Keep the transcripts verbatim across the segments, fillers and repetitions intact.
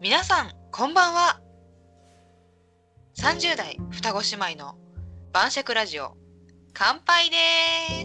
皆さんこんばんは。さんじゅう代双子姉妹の晩酌ラジオ乾杯です。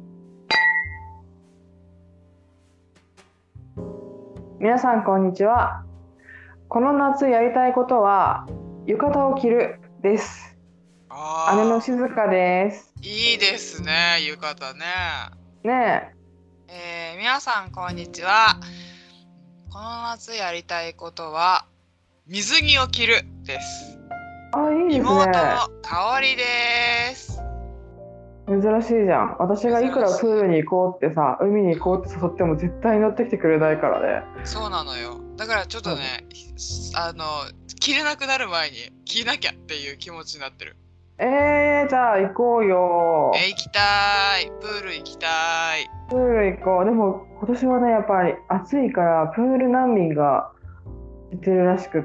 皆さんこんにちは。この夏やりたいことは浴衣を着るです。姉のあ静香です。 ー、いいですね、浴衣ね。 ねえー、皆さんこんにちは。この夏やりたいことは水着を着るです。 え。あ、いいです妹ね。 の香りです。 珍しいじゃん。私がいくらプ珍しい。 ールに行こうってさ、海に行こうって誘っても絶対に乗ってきてくれないからね。 そうなのよ。だからちょっとね、あの着れなくなる前に着なきゃっていう気持ちになってる。 えー、じゃあ行こうよ。 えー、行きたい。プール行きたい。 プール行こう。でも今年はね、やっぱり暑いからプール難民が出てるらしくって。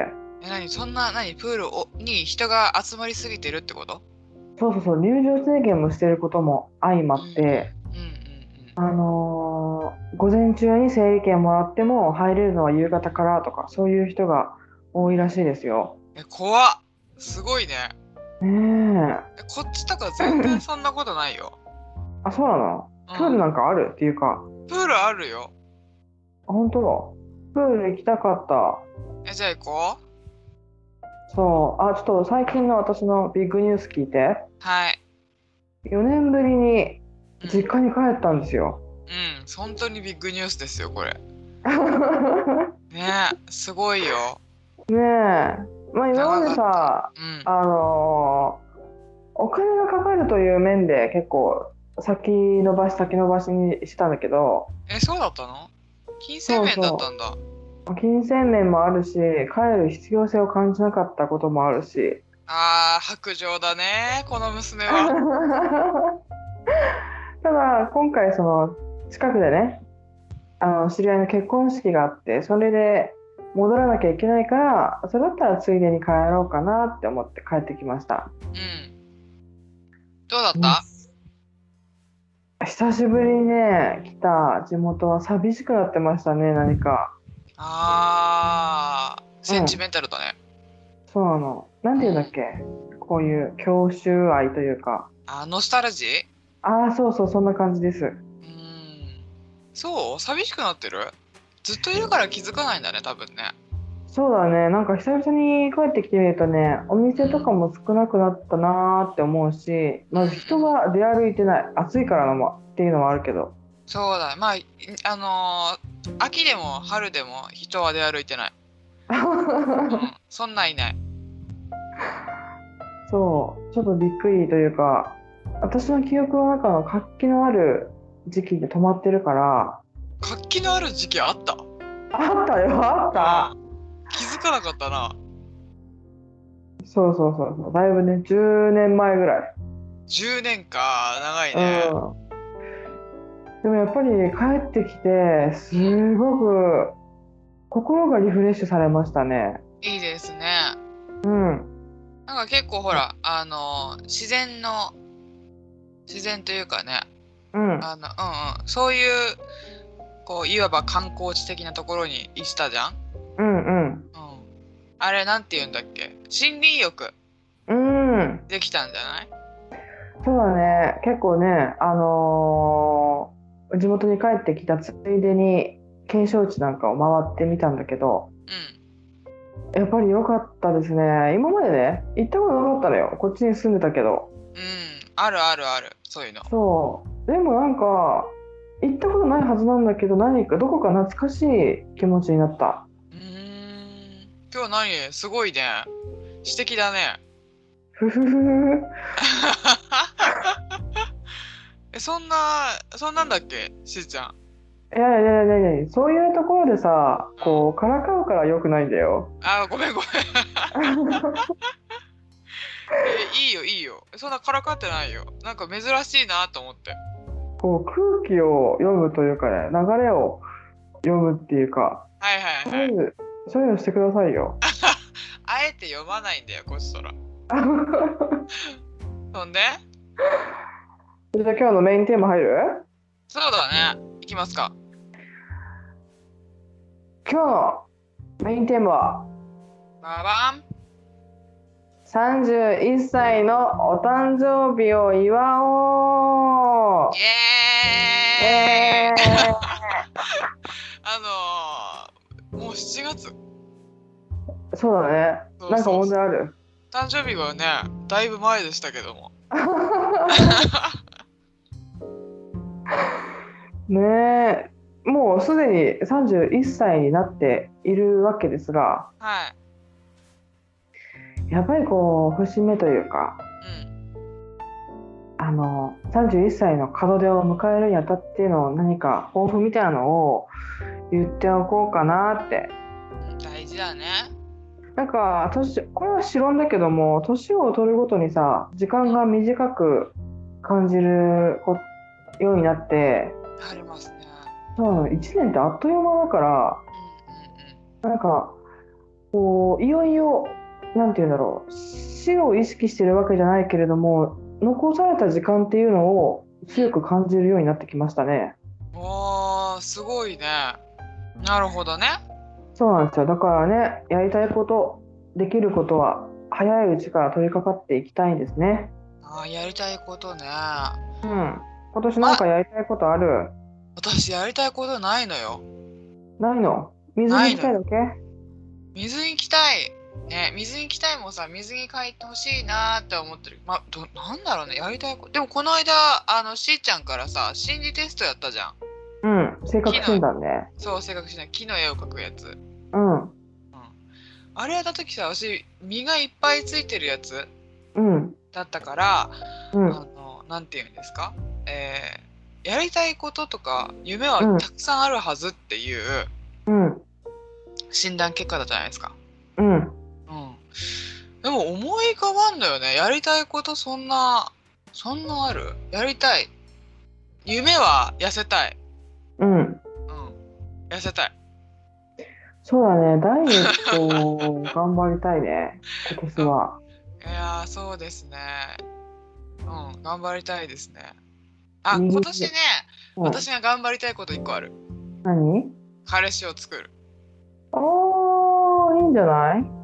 え、何そんな、何プールをに人が集まりすぎてるってこと？ そうそうそう、入場制限もしてることも相まうんうんって、 うんうんあのー午前中に整理券もらっても入れるのは夕方からとか、そういう人が多いらしいですよ。 うん。え、怖っ。すごいね。 ねえ、こっちとか全然そんなことないよ。 え。あ、そうなの？プールなうん。 んかあるっていうか、 プールあるよ。 あ、本当？プール行きたかった。 え、じゃあ行こう。 そう。あ、ちょっと最近の私のビッグニュース聞いて。 はい。 よねんぶりにうん。 実家に帰ったんですよ。 うん。本当にビッグニュースですよ、これ。ねえ、すごいよ。 ねえ。まあ今まで長かった。 さ、 うん。 あのーお金がかかるという面で結構先延ばし先延ばしにしてたんだけど、 え、そうだったの？金銭そう面だったそんだ。 う、金銭面もあるし、帰る必要性を感じなかったこともあるし。 あー、白状だね、この娘は。 ただ今回その近くでね、あの知り合いの結婚式があって、それで戻らなきゃいけないから、それだったらついでに帰ろうかなって思って帰ってきました。 うん。どうだっうん、 た？ 久しぶりにね来た地元は寂しくなってましたね、何か。 あー、センチうん、 メンタルだね。 そうなの。なんていうんだっうん。 け、こういう郷愁愛というか。 あ、ノスタルジー？ ああ、そうそう、そんな感じです。 うーん。そう寂しくなってる？ずっといるから気づかないんだね、多分ね。 そうだね、なんか久々に帰ってきてみるとね、お店とかも少なくなったなーって思うし、まず人うんうん。 が出歩いてない。暑いからのもっていうのもあるけど。 そうだ。まあ、いあのー秋でも春でも人は出歩いてない。うん。そんないない。 そう、ちょっとびっくりというか、私の記憶の中の活気のある時期で止まってるから。 活気のある時期あった？ あったよ、あった。 うん。気づかなかったな。 そうそうそうそう、だいぶね、じゅうねんまえぐらい。 じゅうねんか。長いうね。 ん。でもやっぱり帰ってきて、すうん。 ごく心がリフレッシュされましたね。 いいですね。 うん。 なんか結構ほら、あのー自然の、自然というかね、 うん。 あの、うんうん。そういう、こう、いわば観光地的なところに行ったじゃん？ うんうん。 うん。あれ、なんて言うんだっけ？森林浴うん。 できたんじゃない？ そうだね。結構ね、あのー地元に帰ってきたついでに、景勝地なんかを回ってみたんだけど、 うん。 やっぱり良かったですね。今までね、行ったことなかったのよ。こっちに住んでたけど。 うん。あるあるある。そういうの。 そう。でもなんか、行ったことないはずなんだけど、何か、どこか懐かしい気持ちになった。 うーん。今日何すごいね。詩的だね。 ふふふふ。 え、そんな、そんなんだっけしーちゃん。 いやいやいやいやいや、そういうところでさ、 うん。 こう、からかうから良くないんだよ。 あー、ごめんごめん。え、いいよいいよ。そんなからかってないよ。なんか珍しいなと思って。 こう、空気を読むというかね、流れを読むっていうか、 はいはいはい。 そういう、そういうのしてくださいよ。 あえて読まないんだよ、こっちとら。そんでじゃあ今日のメインテーマ入る？ そうだね。いきますか。 今日のメインテーマはババン。 さんじゅういっさいのお誕生日を祝おう。 イイエーイ。 エーイ。 あのー、もうしちがつ。 そうだね。 そうそうそう、 なんか問題ある？ 誕生日がね、だいぶ前でしたけども。 ねえ、もうすでにさんじゅういっさいになっているわけですが、 はい。 やっぱりこう節目というか、 うん。 あのさんじゅういっさいの門出を迎えるにあたっての何か抱負みたいなのを言っておこうかなって。 うん、大事だね。 なんか年、これは白んだけども、年を取るごとにさ、時間が短く感じるこようになって、 ありますね。 そういちねんってあっという間だから、 うんうんなんかこういよいよなんていうんだろう、死を意識してるわけじゃないけれども、残された時間っていうのを強く感じるようになってきましたね。 うん。おー、すごいね。なるほどね。 そうなんですよ。だからね、やりたいこと、できることは早いうちから取り掛かっていきたいんですね。 あー、やりたいことね。 うん。今年なんかやりたいことある？ 私やりたいことないのよ。 ないの？水に行きたいだけ？ 水に行きたい。ね、水に行きたいもさ、水に帰ってほしいなーって思ってる。ま、ど、なんだろうね、やりたいこと。でもこの間、あの、しーちゃんからさ、心理テストやったじゃん。 うん。性格診断ね。 そう、性格しない。木の絵を描くやつ。 うん。 うん。あれやった時さ、私、実がいっぱいついてるやつうん。 だったから、 うん。 あの、なんていうんですか、えー、やりたいこととか、夢はうんたくさんあるはずっていううん診断結果だったじゃないですか。 うんうん。でも思い浮かばんのよね。やりたいことそんな、そんなある？やりたい。夢は痩せたい。 うん。 うん。痩せたい。 そうだね。ダイエットを頑張りたいね。今年は。 いやー、そうですね。うん、頑張りたいですね。あ、 右今年ね、 うん、 私が頑張りたいこといっこある。 何？ 彼氏を作る。 おー、いいんじゃない？ね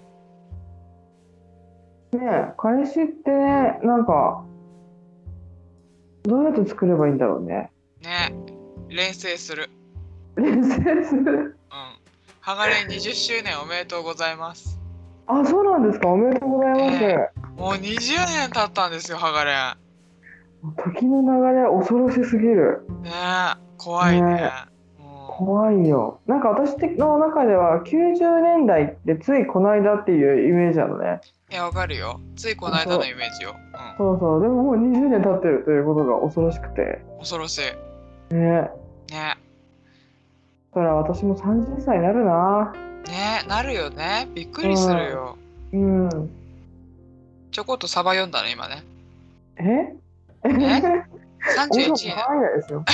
うん。 え、彼氏ってね、なんか、どうやって作ればいいんだろうね。 ね、連成する。 練習する。 うん。ハガレンにじゅっしゅうねんおめでとうございます。 あ、そうなんですか。おめでとうございます。 えもうにじゅうねん経ったんですよ、ハガレン。 時の流れ恐ろしすぎる。 ねえ、怖いね。 ねも怖いよ。なんか私の中ではきゅうじゅうねんだいってついこの間っていうイメージなのね。 ういや、わかるよ。ついこの間のイメージよ。うん。 そうそう。でももうにじゅうねん経ってるということが恐ろしくて。 恐ろしい。 ね。 ね。 だから私もさんじゅっさいになるな。 ね、なるよね。びっくりするよ。 うん。 ちょこっとサバ読んだね、今ね。 え？ えさんじゅういち遅ねん。 くないですよ。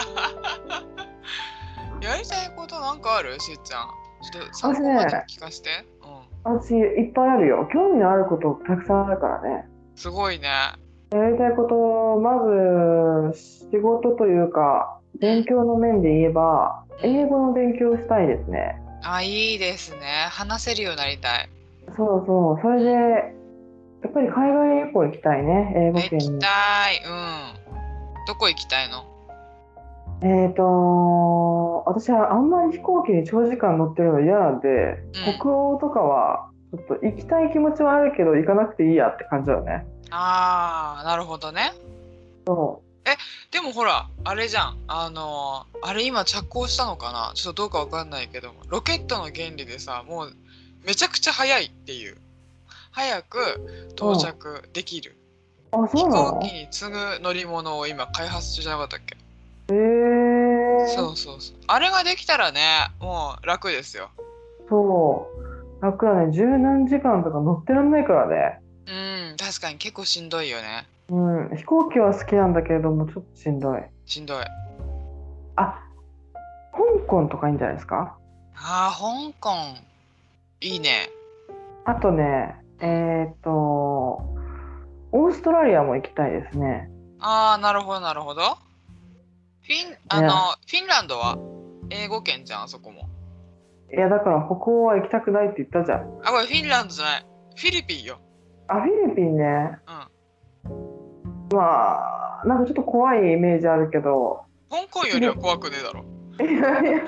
やりたいことなんかある？しーちゃん。ちょっと参私ね考まで聞かせて。うん。 私いっぱいあるよ。興味のあることたくさんあるからね。 すごいね。 やりたいこと、まず仕事というか勉強の面で言えば英語の勉強をしたいですね。 あ、いいですね。話せるようになりたい。 そうそう。それでやっぱり海外旅行行きたいね。英語行き圏に。 たい。うん。どこ行きたいの？ えーと私はあんまり飛行機に長時間乗ってるの嫌なんで、 うん北欧とかはちょっと行きたい気持ちはあるけど行かなくていいやって感じだよね。 ああ、なるほどね。 そでもほら、あれじゃん。あのーあれ今着工したのかな、ちょっとどうかわかんないけども、ロケットの原理でさ、もうめちゃくちゃ早いっていう。早く到着できる。 う。あ、 飛そうなの？ 行機に次ぐ乗り物を今開発中じゃなかったっけ？ へえー。 そうそうそう。あれができたらね、もう楽ですよ。 そう楽だね。十何時間とか乗ってらんないからね。 うん、確かに結構しんどいよね。 うん、飛行機は好きなんだけれどもちょっとしんどい。 しんどい。 あ、香港とかいいんじゃないですか？ ああ、香港。いいね。 あとね、えっと、オーストラリアも行きたいですね。 ああ、なるほど、なるほど。フィン、あの、フィンランドは英語圏じゃん、あそこも。 いやだから北欧は行きたくないって言ったじゃん。 あ、これフィンランドじゃない。フィリピンよ。 あ、フィリピンね。 うん。 まあなんかちょっと怖いイメージあるけど。 香港よりは怖くねえだろ。 いやいや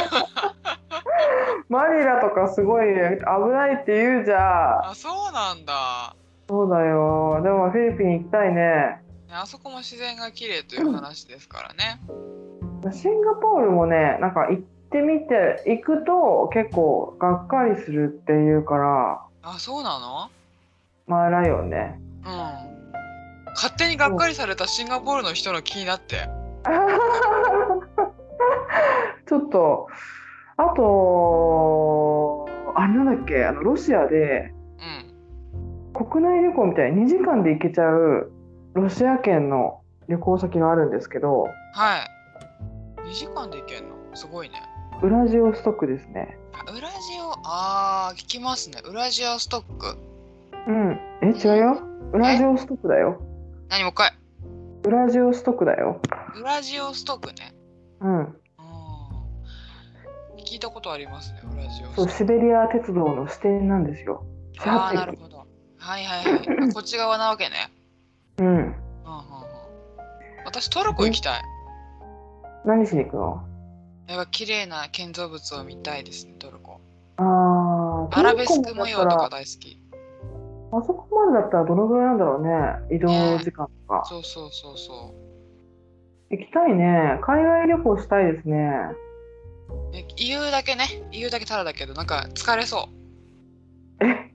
マニラとかすごい危ないって言うじゃん。 あ、そうなんだ。 そうだよ。でもフィリピン行きたいね。 あそこも自然が綺麗という話ですからね。 シンガポールもね、なんか行ってみて、行くと結構がっかりするっていうから、 あ、そうなの？ まあ偉いよね。 うん。勝手にがっかりされたシンガポールの人の気になって。 ちょっと、あと、あれなんだっけ、あのロシアでうん。 国内旅行みたいににじかんで行けちゃうロシア圏の旅行先があるんですけど、 はい。にじかんで行けんの？すごいね。 ウラジオストクですね。 あ、ウラジオ、あー、聞きますね。ウラジオストック。 うん。え、違うよ。ウラジオストクだよ。 何もう一回。 ウラジオストクだよ。 ウラジオストックね。 うん。 うん。聞いたことありますね、ウラジオストそう、 ック。 シベリア鉄道の支店なんですよ。 あー、なるほど。はいはいはい。あ、こっち側なわけね。 うん。 うんうんうん。私トルコ行きたい。 何しに行くの？ やっぱ綺麗な建造物を見たいですね、トルコ。 ああ、 アラベスクトルコもだったら模様とか大好き。 あそこまでだったらどのぐらいなんだろうね。移動時間とか。 そうそうそうそ行きたいね。海外旅行したいですね。 う。え、言うだけね、言うだけただだけど、なんか疲れそう。 え、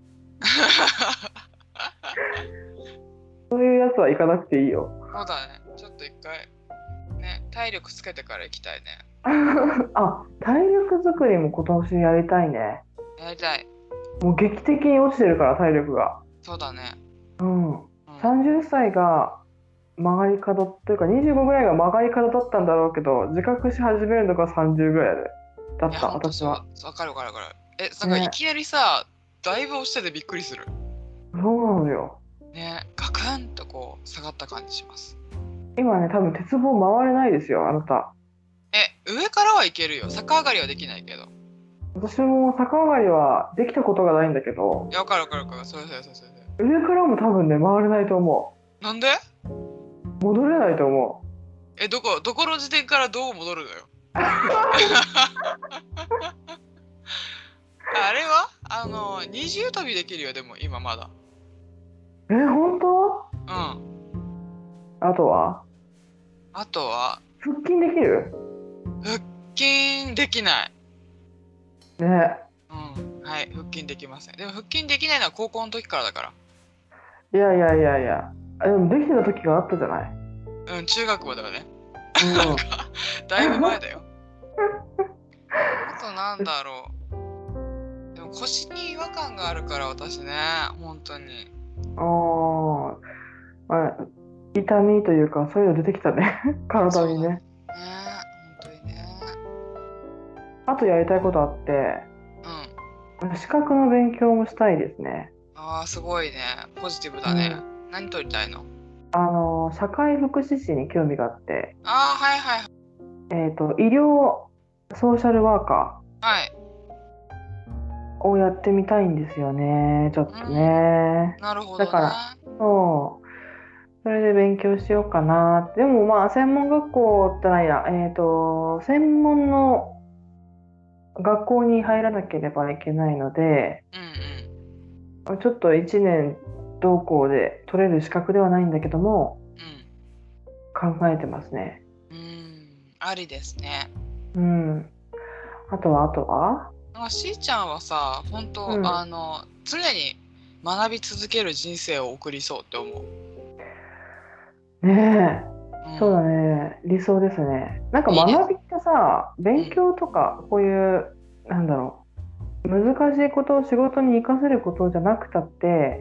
そういうやつは行かなくていいよ。 そうだね。ちょっと一回、ね、体力つけてから行きたいね。 あ、体力作りも今年やりたいね。 やりたい。 もう劇的に落ちてるから体力が。 そうだね。 うん。 うん、 さんじゅっさいが曲がり角というかにじゅうごぐらいが曲がり角だったんだろうけど、自覚し始めるのがさんじゅうぐらいでだっいや、 たほんとそう。 私は。 わかるわかるわかる。え、なんかいきなりさ、だいぶ落ちててびっくりする。 そうなのよ。 ね、ガクンとこう下がった感じします。 今ね、多分鉄棒回れないですよ、あなた。 え、上からはいけるよ。逆上がりはできないけど。 私も逆上がりはできたことがないんだけど、 いや、わかるわかるわかる。そうそうそうそう。 上からも多分ね、回れないと思なんで？ う。戻れないと思え、どこ、どこの時点からどう戻るのよ。あれはあの、二重跳びできるよ、でも今まだ。 う。え、本当？ うん。 あとはあとは、 腹筋できる？ 腹筋できない。 ね。 うん。はい、腹筋できません。でも腹筋できないのは高校の時からだから。 いやいやいやいや。あ、でもできてた時があったじゃない。 うん、中学校だよね。 うんだいぶ前だよ。あとなんだろう。でも腰に違和感があるから私ね、本当に。 あー、まあ、痛みというかそういうの出てきたね体にね。 ね、本当にね。 あとやりたいことあってうん。 資格の勉強もしたいですね。 ああ、すごいね。ポジティブだね。 うん、 何取りたいの？ あの社会福祉士に興味があって、 ああ、はいはい。 えーと、医療ソーシャルワーカはい。 ーをやってみたいんですよね、ちょっとね。 なるほどね。 だからそう、それで勉強しようかな。でもまあ専門学校ってないや、えーと、専門の学校に入らなければいけないので、 うんちょっといちねん同校で取れる資格ではないんだけども、 うん。 考えてますね。 うん。うん。ありですね。 うん。あとはあとはなんかしーちゃんはさ、本当、 うんあの常に学び続ける人生を送りそうって思う。 ねえ、 うん、 そうだね、理想ですね。なんか学びってさ、勉強とかこういう、なんだろう、難しいことを仕事に活かせることじゃなくたって、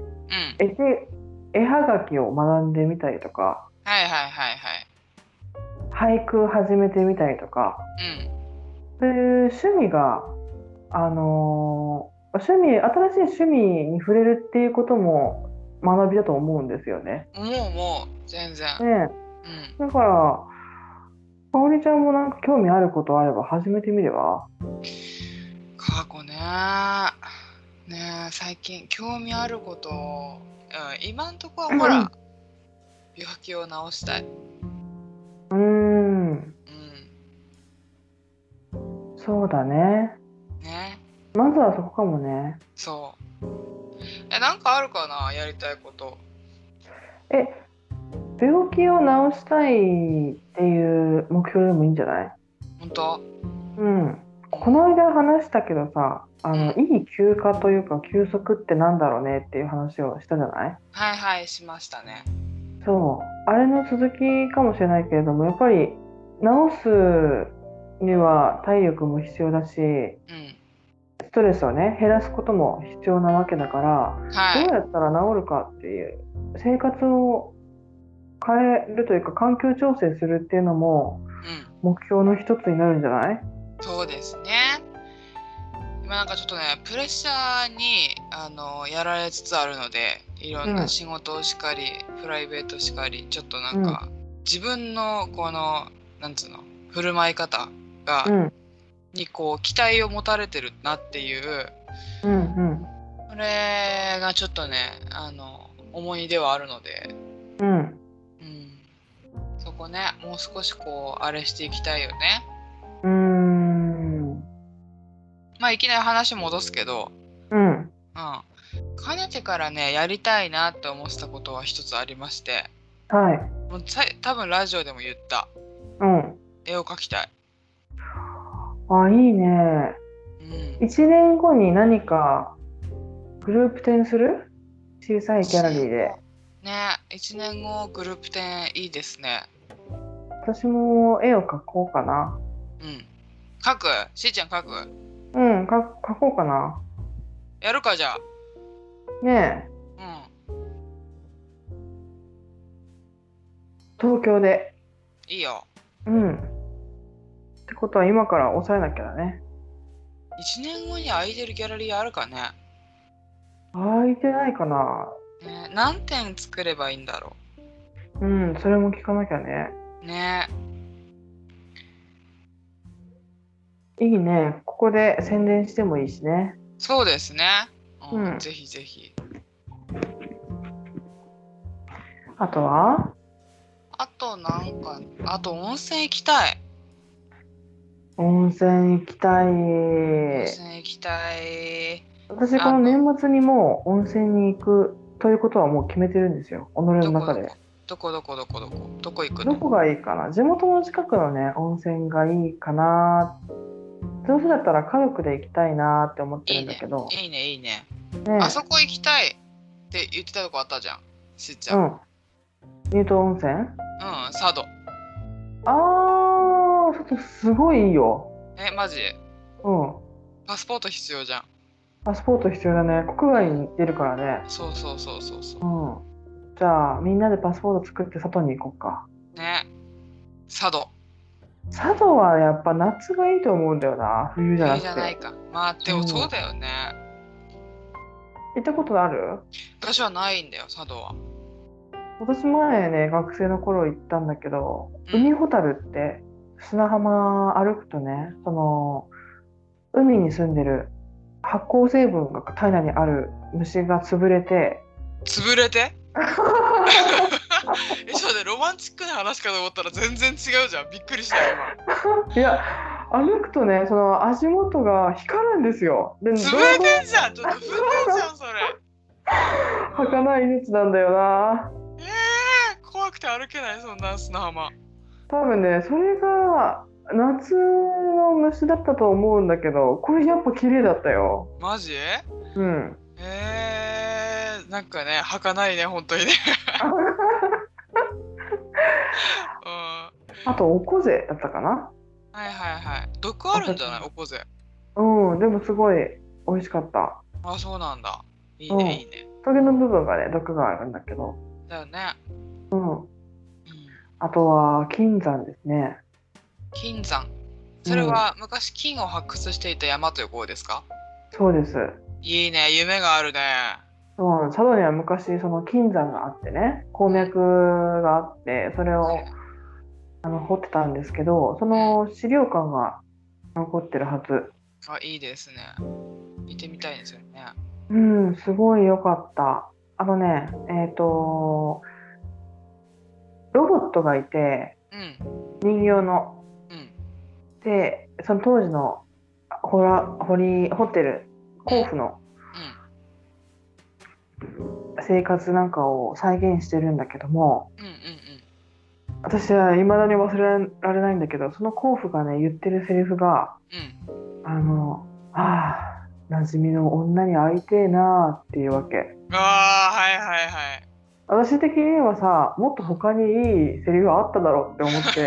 うん。 絵手絵はがきを学んでみたりとか、 はいはいはいはい。 俳句始めてみたりとか、 うん。 そういう趣味が、あのー趣味、新しい趣味に触れるっていうことも学びだと思うんですよね。 もうもう全然。 ねえ、 うん。 だから、かおりちゃんもなんか興味あることあれば始めてみれば？ か過去ね。ねえ、最近興味あること、うん、今んとこはほら、病気を治したい。 うーん、 うん。 そうだね。 ね。 まずはそこかもね。 そう。え、なんかあるかな、やりたいこと。 え、病気を治したいっていう目標でもいいんじゃない？ ほんと？ うん。 うん。 この間話したけどさ、あの、 うん。 いい休暇というか休息ってなんだろうねっていう話をしたじゃない？ はいはい、しましたね。 そう。あれの続きかもしれないけれども、やっぱり治すには体力も必要だし、 うん。 ストレスをね、減らすことも必要なわけだから、どはい。 うやったら治るかっていう、生活を変えるというか環境調整するっていうのもうん。 目標の一つになるんじゃない？ そうですね。今なんかちょっとね、プレッシャーにあのやられつつあるので、いろんなうん、 仕事をしかり、プライベートしかり、ちょっとなうん、 んか自分のこのなんつうの振る舞い方がうん、 にこう期待を持たれてるなっていう、 うん、うん、 これがちょっとね、あの重荷ではあるので、 うん、 うん、そこね、もう少しこうあれしていきたいよね。 うーん、 まあいきなり話戻すけど、 うん、 うん。かねてからね、やりたいなって思ってたことは一つありまして、 はい、 もうさい多分ラジオでも言った。 うん。 絵を描きたい。 あ、いいね。 うん。 いちねんごに何かグループ展する？小さいギャラリーで。 ね、いちねんごグループ展いいですね。 私も絵を描こうかな。 うん。描く？しーちゃん描く？ うん、か描こうかな。 やるか、じゃあ。 ねえ、 うん。 東京で。 いいよ。 うん。ってことは今から抑えなきゃだね。 いちねんごに空いてるギャラリーあるかね。 空いてないかな。 ね、何点作ればいいんだろうん、それも聞かなきゃね。 う。ね。 いいね。ここで宣伝してもいいしね。 そうですね。うん、 うん。 ぜひぜひ。 あとはあとなんか、あと温泉行きたい。 温泉行きたい。 温泉行きたい。 私このあの、 年末にもう温泉に行くということはもう決めてるんですよ。己の中で。 どこどこどこどこどこどこどこ行くの？ どこがいいかな。地元の近くのね、温泉がいいかな。どうせだったら家族で行きたいなって思ってるいいね。 んだけど。 いいね、いいね。 ねあそこ行きたいって言ってたとこあったじゃん。しっちゃん。うん、 うん。乳頭温泉。 佐渡。 あー、ちょっとすごいいいよ。 え、マジ？ うん。 パスポート必要じゃん。 パスポート必要だね。国外に出るからね。 そうそうそうそうそう。 うん。じゃあ、みんなでパスポート作って外に行こうか。 ね。佐渡。 佐渡はやっぱ夏がいいと思うんだよな。冬じゃな冬くて。 じゃないか。まあ、でもそうだよね。 行ったことある？ 私はないんだよ、佐渡は。 私前ね、学生の頃行ったんだけど、 うん。 海ほたるって砂浜歩くとね、その海に住んでる発酵成分が体内にある虫が潰れて潰れてえ、ちょっとね、ロマンチックな話かと思ったら全然違うじゃん。びっくりしたよ、 いや、歩くとね、その足元が光るんですよ。で、 今。潰れてんじゃん。ちょっと不明じゃん、それ。 儚い命なんだよな。 えー、怖くて歩けない、そんな砂浜。 多分ね、それが夏の虫だったと思うんだけど、これやっぱ綺麗だったよ。 マジ？ うん。 えー、なんかね、儚いね、本当にね。うん。 あと、おこぜだったかな。 はいはいはい。毒あるんじゃない？おこぜ。 うん、でもすごい美味しかった。 あ、そうなんだ。いいうん。 ね、いいね。 トゲの部分がね、毒があるんだけど。 だよね。 うん。 うん。 あとは、金山ですね。 金山。それは昔金を発掘していた山ということですか？ そうです。 いいね、夢があるね。 そう、佐渡には昔その金山があってね、鉱脈があって、それをはい。 あの掘ってたんですけど、その資料館が残ってるはず。 あ、いいですね。見てみたいですよね。 うん、すごい良かった。あのね、えっと、ロボットがいて、 うん人形の。 うんで、その当時のホラ、ホリ、ホテル、甲府のうん生活なんかを再現してるんだけども、 うんうん私は未だに忘れられないんだけど、その甲府がね、言ってるセリフが、 うんうん。 あの、ああ、馴染みの女に会いてえなーっていうわけ。 ああ、はいはいはい。 私的にはさ、もっと他にいいセリフあっただろうって思って、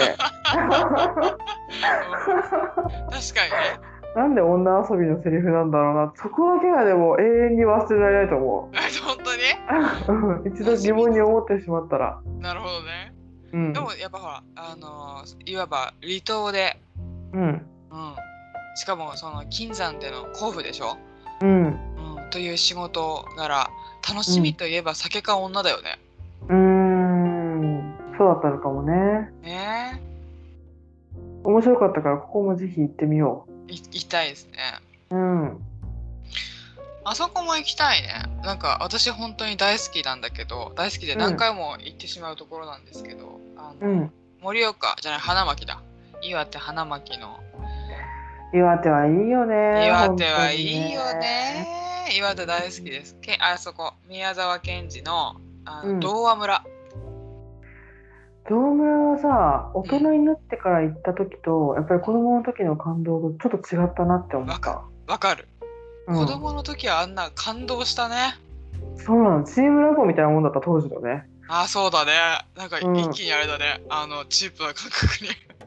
うん、確かにね。 なんで女遊びのセリフなんだろうな、そこだけがでも永遠に忘れられないと思本当にう。一度疑問に思ってしまったら。 なるほどね。 うん。 でもやっぱほら、あのーいわば離島で、 うん。 うん、しかもその金山での甲府でしょ、 うん。 うん、という仕事柄、楽しみといえば酒か女だよね。 うーん。そうだったのかもね。 ね面白かったから、ここもぜひ行ってみよえ、い行きたいですね。 う。うん。 あそこも行きたいね。なんか私本当に大好きなんだけど、大好きで何回も行ってしまうところなんですけど、あの、 うん。 盛岡じゃない、花巻だ。岩手花巻の。 岩手はいいよね。 岩本当に手はいいよね。岩手大好きです。けあそこ、宮沢賢治の、あの、 うん。 童話村。 道村はさ、大人になってから行った時と、やっぱり子供の時の感動とちょっと違ったなって思わかった。 わかる。 うん、 子供の時はあんな感動したね。 そうなの。チームラボみたいなもんだった、当時のね。 あ、そうだね。なんかうん一気にあれだね。あの、チープな感覚に。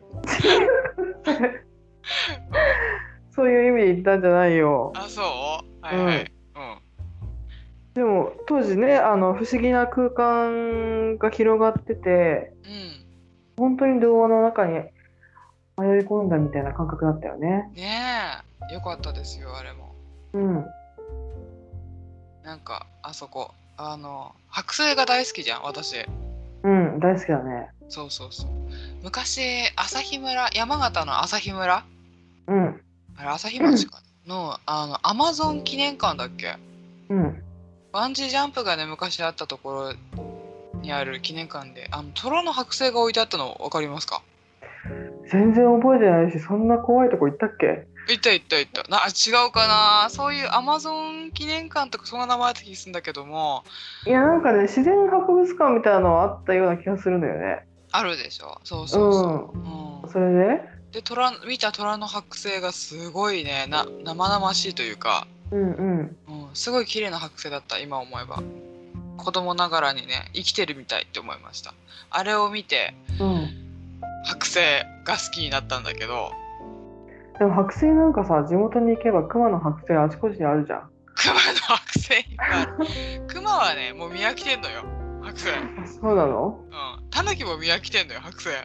そういう意味で言ったんじゃないよ。 あ、そうはいはい。うん。 でも当時ね、あの不思議な空間が広がってて、 うん。 本当に童話の中に迷い込んだみたいな感覚だったよね。 ねえ。よかったですよ、あれも。 うん。 なんか、あそこ。あの、剥製が大好きじゃん、私。 うん、大好きだね。 そうそうそう。昔、旭村、山形の旭村うん。 あれ、旭町かの、あの、アマゾン記念館だっけ、 うん。 バンジージャンプがね、昔あったところにある記念館で、あの、虎の剥製が置いてあったの分かりますか？ 全然覚えてないし、そんな怖いとこ行ったっけ？ 行った行った行った。な、違うかな、そういうアマゾン記念館とかそんな名前だった気がするんだけども、 いや、なんかね、自然博物館みたいなのあったような気がするんだよね。 あるでしょ。そうそうそう。 うん。 うん、 それでで、虎、見た虎の剥製がすごいね、な、生々しいというか、 うんうん。 うん、すごい綺麗な剥製だった、今思えば。子供ながらにね、生きてるみたいって思いました。あれを見て、 うん。 剥製が好きになったんだけど、 でも剥製なんかさ、地元に行けば熊の剥製あちこちにあるじゃん。 熊の剥製いっぱいある。熊はね、もう見飽きてんのよ、剥製。 あ、そうなの？ うん。タヌキも見飽きてんのよ、剥製。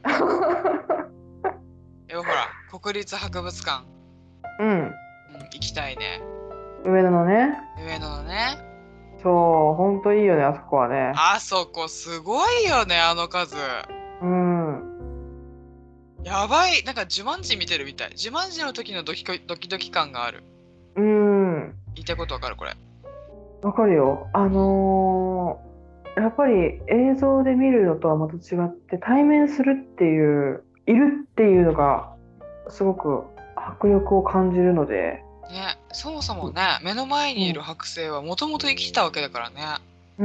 え、ほら、国立博物館、 うん。 うん、行きたいね。 上野のね。 上野のね。 そう、ほんといいよね、あそこはね。 あそこすごいよね、あの数。 うん。 やばい。なんかジュマンジ見てるみたい。ジュマンジの時のドキコドキドキ感がある。 うん。 言いたいことわかるこれ。 わかるよ。あのーやっぱり映像で見るのとはまた違って対面するっていういるっていうのがすごく迫力を感じるので、 ね、そもそもね、目の前にいる剥製はもともと生きてたわけだからね。 うん、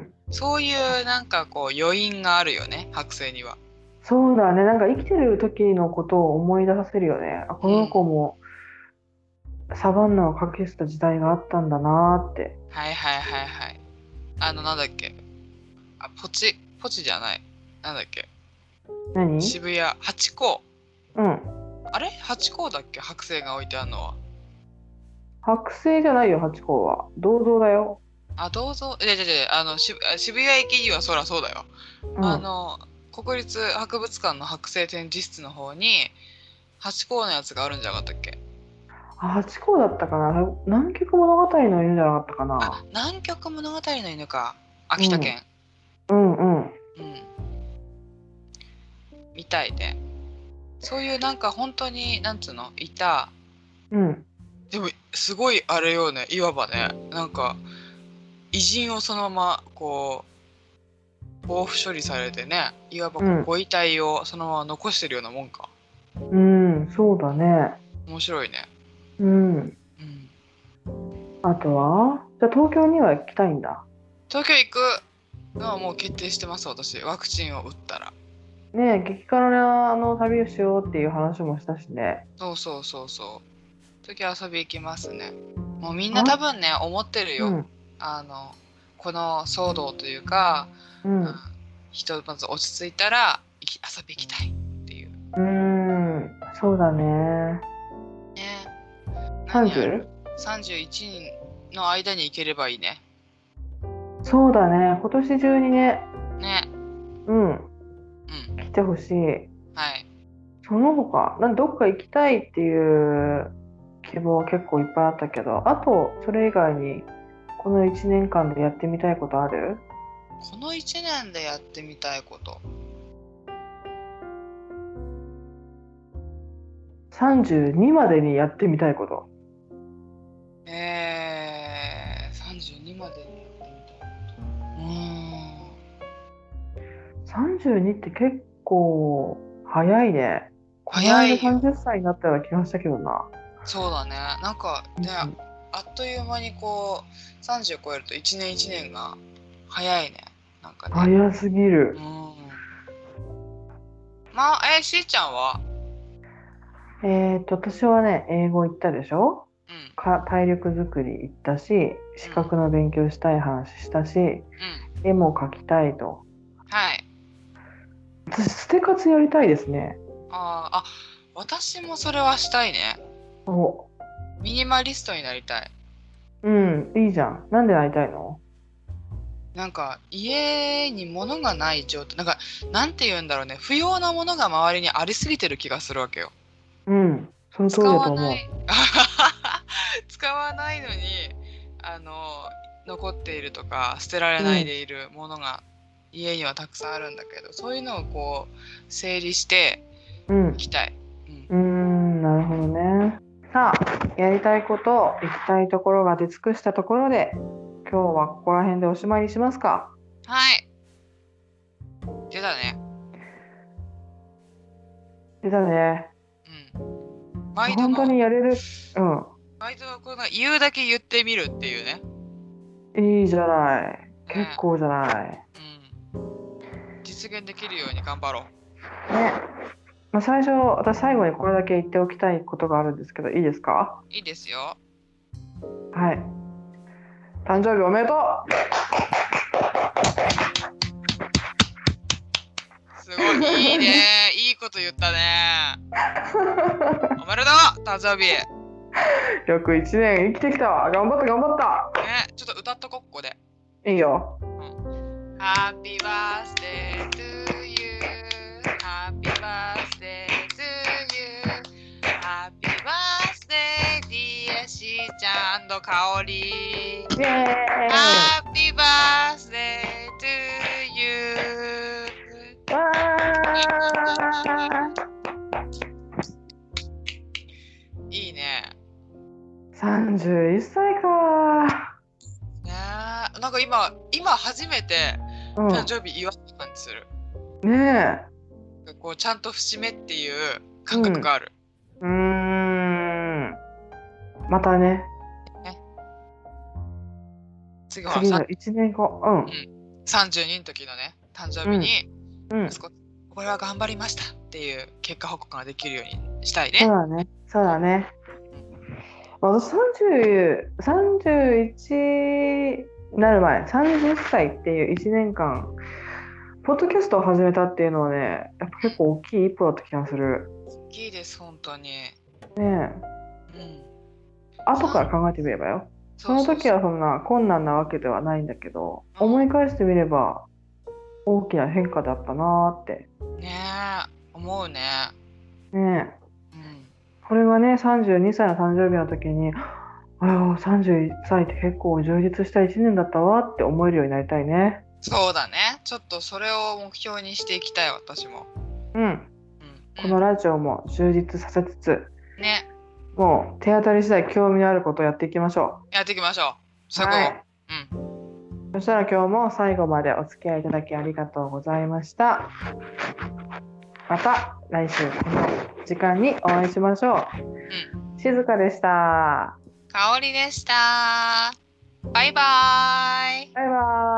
そういうなんかこう余韻があるよね、剥製には。 そうだね。なんか生きてる時のことを思い出させるよね。あ、この子もサバンナを駆けてた時代があったんだなーって。 はいはいはいはい。あのなんだっけ。あ、ポチ、ポチじゃない。なんだっけ。 何？ 渋谷、ハチ公。 うん。 あれハチ公だっけ、剥製が置いてあるのは。 剥製じゃないよ、ハチ公は。銅像だよ。 あ、どうぞ。いやいやいや、あの、渋渋谷駅にはそらそうだよ。 うん、 あの、国立博物館の剥製展示室の方に、ハチ公のやつがあるんじゃなかったっけ？ あ、ハチ公だったかな。南極物語の犬じゃなかったかあ、 な。 南極物語の犬か。秋田県。 うんうん。 うん。みたいで。そういうなんか本当に、なんつうの、いた、 うん。 でもすごいあれよね、いわばね、なんか偉人をそのままこう防腐処理されてね、いわばこううんご遺体をそのまま残してるようなもんか。 うん、そうだね。 面白いね。 うん。 うん。 あとはじゃあ東京には行きたいんだ。 東京行くのはもう決定してます、私。ワクチンを打ったら。 ねえ、激辛のあの旅をしようっていう話もしたしね。 そうそうそうそう。東京遊び行きますね。もうみんな多分ね、思ってるよ。 うん。 あの、この騒動というか、 ううん、 ん。 ひとまず落ち着いたら行き遊び行きたいっていう。 うーん、そうだね。 ね。何やるさんじゅう？ さんじゅういちにんの間に行ければいいね。 そうだね。今年中にね、 ね。 うん、 うん。 来てほしい。 はい。 その他、なんどっか行きたいっていう希望は結構いっぱいあったけど、あと、それ以外に、このいちねんかんでやってみたいことある？ このいちねんでやってみたいこと。 さんじゅうにまでにやってみたいこと。 えー、さんじゅうにまでにやってみたいこと。うーん。 さんじゅうにって結構早いね。この間早いよ。 さんじゅっさいになったような気がしたけどな。 そうだね。なんかね、 うんあっという間にこうさんじゅう超えるといちねんいちねんが早いね。なんかね。 早すぎるう。ん。まあ、えー、しーちゃんは？ えーと、私はね、英語行ったでしょ？ うん。 か体力づくり行ったし、資格の勉強したい話したし、 うん。 絵も描きたいと。 はい。 私、ステ活やりたいですね。 あーあ、私もそれはしたいね。 お、 ミニマリストになりたい。 うん、いいじゃん。なんでなりたいの？ なんか家に物がない状態、なんかなんて言うんだろうね、不要なものが周りにありすぎてる気がするわけよ。 うん、その通使りだと思う。 わない使わないのにあの残っているとか捨てられないでいるものが家にはたくさんあるんだけど、そういうのをこう整理してうんい、きたい。うん、 うーん、なるほどね。さあ、やりたいこと、行きたいところが出尽くしたところで、今日はここら辺でおしまいにしますか。 はい。出たね。 出たね。 うん。毎度本当にのやれる。 毎度この言うだけ言ってみるっていうね。 うん、いいじゃない。 ね結構じゃない。 うん。実現できるように頑張ろう。 ね。まあ、最初、私最後にこれだけ言っておきたいことがあるんですけど、いいですか？ いいですよ。 はい。誕生日おめでとう。 すごいいいね。いいこと言ったね。おめでとう誕生日。 よくいちねん生きてきたわ。頑張った頑張ったね、ちょっと歌っとこっこで。 いいよ。 Happy birthday to you. Happy birthday to you. Happy birthday dear しーちゃんとかおり。 イエーイ。 Happy birthday to you. わー。 いいね。 さんじゅういっさいか。 ねえ、なんか今今初めてうん、 誕生日祝った感じする。 ねえ。 こうちゃんと節目っていう感覚がある。 うーん。またね。 次は次のさいちねんご。うん。 さんじゅうにの時のね誕生日に、 うん。 息子これは頑張りましたっていう結果報告ができるようにしたいそうね。 だね。そうだね。私さんじゅう、さんじゅういちになる前、さんじゅっさいっていういちねんかん、ポッドキャストを始めたっていうのはね、やっぱ結構大きい一歩だった気がする。 大きいです本当に。 ねえ。 うん。 後から考えてみればよ。その時はそんな困難なわけではないんだけど、 うん思い返してみれば大きな変化だったなーって。 ねえ思うね。 ねえ。 うん。 これがね、さんじゅうにさいの誕生日の時に、ああ、さんじゅういっさいって結構充実したいちねんだったわって思えるようになりたいね。 そうだね。ちょっとそれを目標にしていきたい私も。 うん。 うん。 このラジオも充実させつつ、 ね。 もう手当たり次第興味のあることをやっていきましょやっていきましょう。 う。 そこ、 はい。 うん。 そしたら今日も最後までお付き合いいただきありがとうございました。また来週この時間にお会いしましょう。 うん。 静かでした。 香りでした。バイバーイ。 バイバーイ。